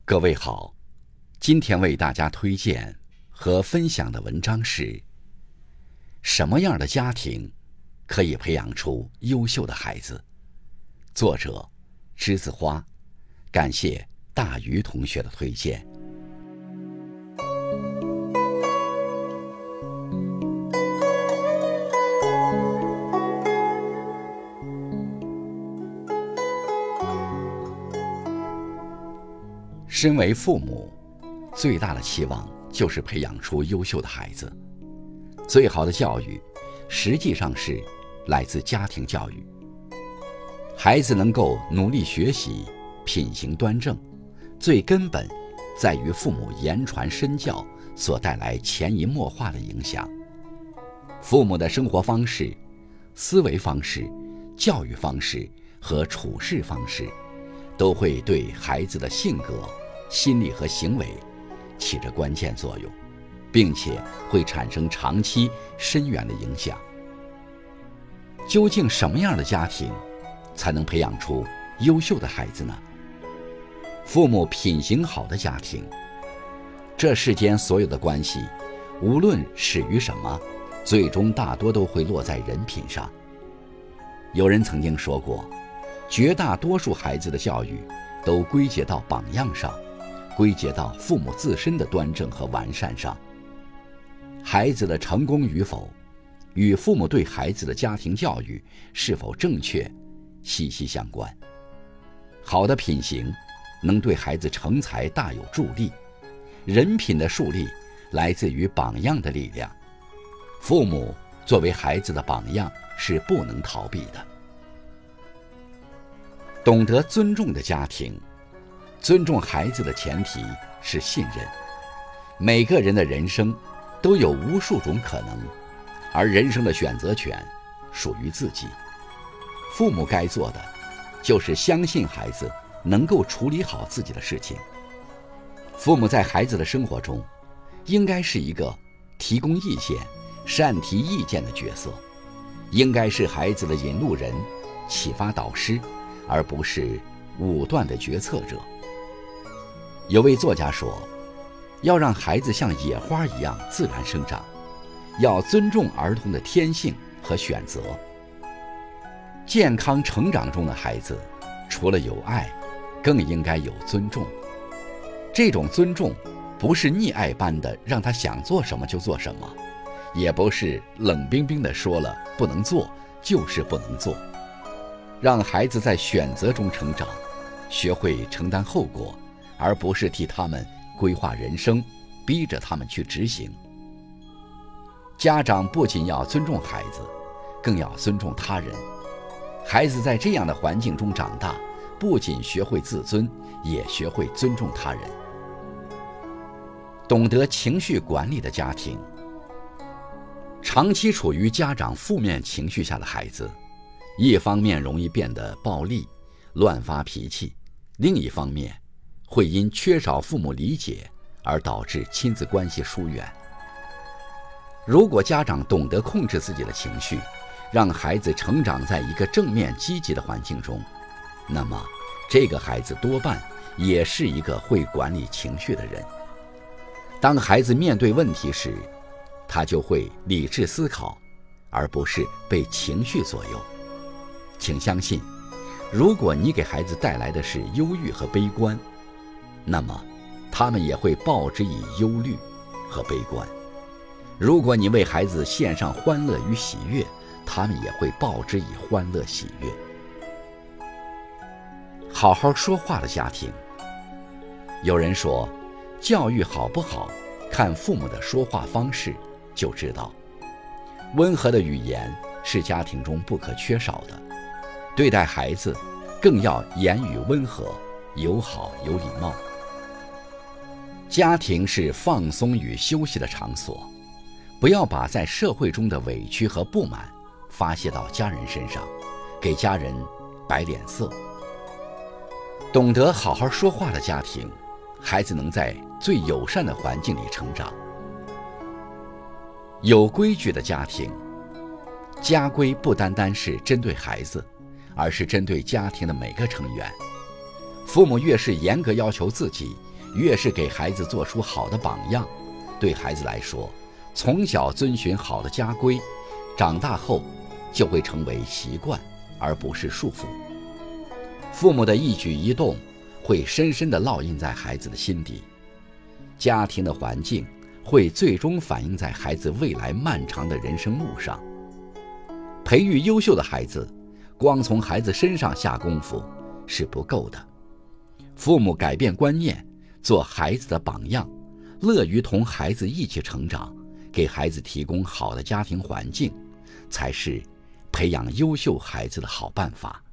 各位好，今天为大家推荐和分享的文章是：什么样的家庭可以培养出优秀的孩子？作者栀子花，感谢大鱼同学的推荐。身为父母，最大的期望就是培养出优秀的孩子。最好的教育，实际上是来自家庭教育。孩子能够努力学习，品行端正，最根本在于父母言传身教所带来潜移默化的影响。父母的生活方式、思维方式、教育方式和处事方式，都会对孩子的性格、心理和行为起着关键作用，并且会产生长期深远的影响。究竟什么样的家庭才能培养出优秀的孩子呢？父母品行好的家庭，这世间所有的关系，无论始于什么，最终大多都会落在人品上。有人曾经说过，绝大多数孩子的教育都归结到榜样上，归结到父母自身的端正和完善上。孩子的成功与否，与父母对孩子的家庭教育是否正确息息相关。好的品行能对孩子成才大有助力，人品的树立来自于榜样的力量。父母作为孩子的榜样是不能逃避的。懂得尊重的家庭，尊重孩子的前提是信任。每个人的人生都有无数种可能，而人生的选择权属于自己。父母该做的就是相信孩子能够处理好自己的事情。父母在孩子的生活中应该是一个提供意见、善提意见的角色，应该是孩子的引路人、启发导师，而不是武断的决策者。有位作家说，要让孩子像野花一样自然生长，要尊重儿童的天性和选择。健康成长中的孩子，除了有爱，更应该有尊重。这种尊重不是溺爱般的让他想做什么就做什么，也不是冷冰冰的说了不能做就是不能做。让孩子在选择中成长，学会承担后果，而不是替他们规划人生，逼着他们去执行。家长不仅要尊重孩子，更要尊重他人。孩子在这样的环境中长大，不仅学会自尊，也学会尊重他人。懂得情绪管理的家庭，长期处于家长负面情绪下的孩子，一方面容易变得暴力、乱发脾气，另一方面会因缺少父母理解而导致亲子关系疏远。如果家长懂得控制自己的情绪，让孩子成长在一个正面积极的环境中，那么这个孩子多半也是一个会管理情绪的人。当孩子面对问题时，他就会理智思考，而不是被情绪左右。请相信，如果你给孩子带来的是忧郁和悲观，那么他们也会报之以忧虑和悲观。如果你为孩子献上欢乐与喜悦，他们也会报之以欢乐喜悦。好好说话的家庭，有人说，教育好不好，看父母的说话方式就知道。温和的语言是家庭中不可缺少的，对待孩子更要言语温和、友好有礼貌。家庭是放松与休息的场所，不要把在社会中的委屈和不满发泄到家人身上，给家人摆脸色。懂得好好说话的家庭，孩子能在最友善的环境里成长。有规矩的家庭，家规不单单是针对孩子，而是针对家庭的每个成员。父母越是严格要求自己， 越是给孩子做出好的榜样，对孩子来说，从小遵循好的家规，长大后就会成为习惯，而不是束缚。父母的一举一动会深深地烙印在孩子的心底，家庭的环境会最终反映在孩子未来漫长的人生路上。培育优秀的孩子，光从孩子身上下功夫是不够的。父母改变观念，做孩子的榜样，乐于同孩子一起成长，给孩子提供好的家庭环境，才是培养优秀孩子的好办法。